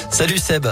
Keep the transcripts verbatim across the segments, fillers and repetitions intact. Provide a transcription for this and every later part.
Salut Seb.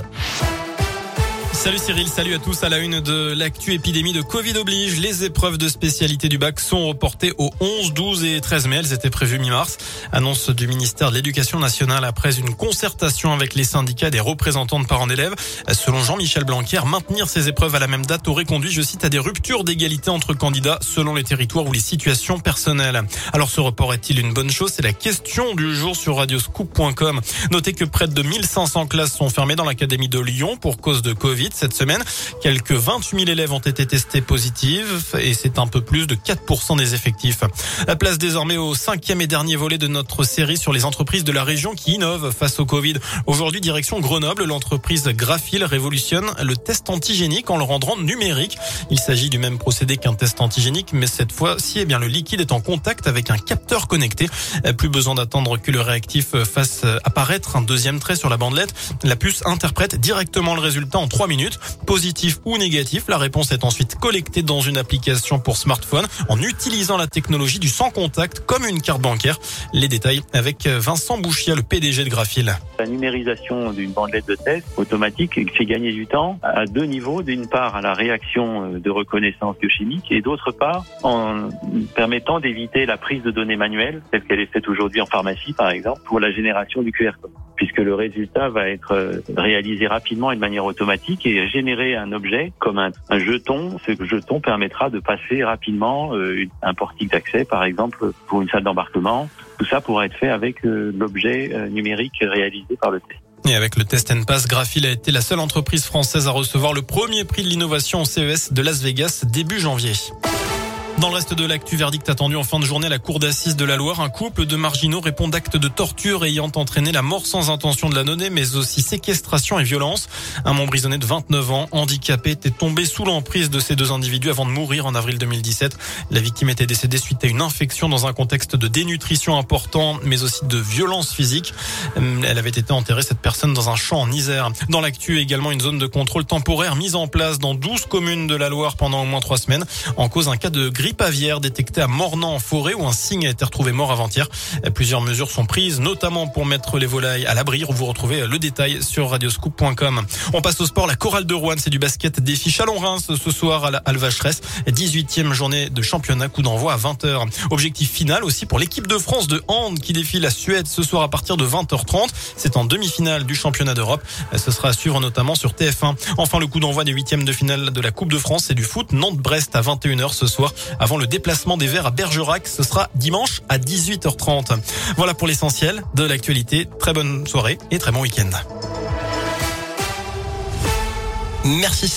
Salut Cyril, salut à tous. À la une de l'actu épidémie de Covid oblige, les épreuves de spécialité du bac sont reportées au onze, douze et treize mai. Elles étaient prévues mi-mars. Annonce du ministère de l'Éducation nationale après une concertation avec les syndicats des représentants de parents d'élèves. Selon Jean-Michel Blanquer, maintenir ces épreuves à la même date aurait conduit, je cite, à des ruptures d'égalité entre candidats selon les territoires ou les situations personnelles. Alors ce report est-il une bonne chose? C'est la question du jour sur radioscoop point com. Notez que près de mille cinq cents classes sont fermées dans l'académie de Lyon pour cause de Covid. Cette semaine, quelques vingt-huit mille élèves ont été testés positifs et c'est un peu plus de quatre pour cent des effectifs. La place désormais au cinquième et dernier volet de notre série sur les entreprises de la région qui innovent face au Covid. Aujourd'hui, direction Grenoble, l'entreprise Graphil révolutionne le test antigénique en le rendant numérique. Il s'agit du même procédé qu'un test antigénique, mais cette fois-ci, eh bien, le liquide est en contact avec un capteur connecté. Plus besoin d'attendre que le réactif fasse apparaître un deuxième trait sur la bandelette. La puce interprète directement le résultat en trois minutes. Positif ou négatif, la réponse est ensuite collectée dans une application pour smartphone en utilisant la technologie du sans contact comme une carte bancaire. Les détails avec Vincent Bouchia, le P D G de Graphil. La numérisation d'une bandelette de test automatique fait gagner du temps à deux niveaux. D'une part, à la réaction de reconnaissance biochimique et d'autre part, en permettant d'éviter la prise de données manuelles, telle qu'elle est faite aujourd'hui en pharmacie, par exemple, pour la génération du Q R code, puisque le résultat va être réalisé rapidement et de manière automatique et générer un objet comme un, un jeton. Ce jeton permettra de passer rapidement euh, un portique d'accès, par exemple, pour une salle d'embarquement. Tout ça pourra être fait avec euh, l'objet euh, numérique réalisé par le test. Et avec le Test and Pass, Graphil a été la seule entreprise française à recevoir le premier prix de l'innovation au C E S de Las Vegas début janvier. Dans le reste de l'actu, verdict attendu en fin de journée à la cour d'assises de la Loire. Un couple de marginaux répond d'actes de torture ayant entraîné la mort sans intention de la donner, mais aussi séquestration et violence. Un Montbrisonnais de vingt-neuf ans, handicapé, était tombé sous l'emprise de ces deux individus avant de mourir en avril deux mille dix-sept. La victime était décédée suite à une infection dans un contexte de dénutrition important, mais aussi de violence physique. Elle avait été enterrée, cette personne, dans un champ en Isère. Dans l'actu, également une zone de contrôle temporaire mise en place dans douze communes de la Loire pendant au moins trois semaines. En cause, un cas de grippe aviaire détecté à Mornan en forêt où un cygne a été retrouvé mort avant-hier. Plusieurs mesures sont prises, notamment pour mettre les volailles à l'abri. Vous retrouvez le détail sur radioscoop point com. On passe au sport. La chorale de Roanne, c'est du basket défi Chalon-Reims ce soir à la Alvacheresse. dix-huitième journée de championnat, coup d'envoi à vingt heures. Objectif final aussi pour l'équipe de France de hand qui défie la Suède ce soir à partir de vingt heures trente. C'est en demi-finale du championnat d'Europe. Ce sera à suivre notamment sur T F un. Enfin, le coup d'envoi des huitièmes de finale de la Coupe de France, c'est du foot. Nantes-Brest à vingt et une heures ce soir. Avant le déplacement des Verts à Bergerac, ce sera dimanche à dix-huit heures trente. Voilà pour l'essentiel de l'actualité. Très bonne soirée et très bon week-end. Merci.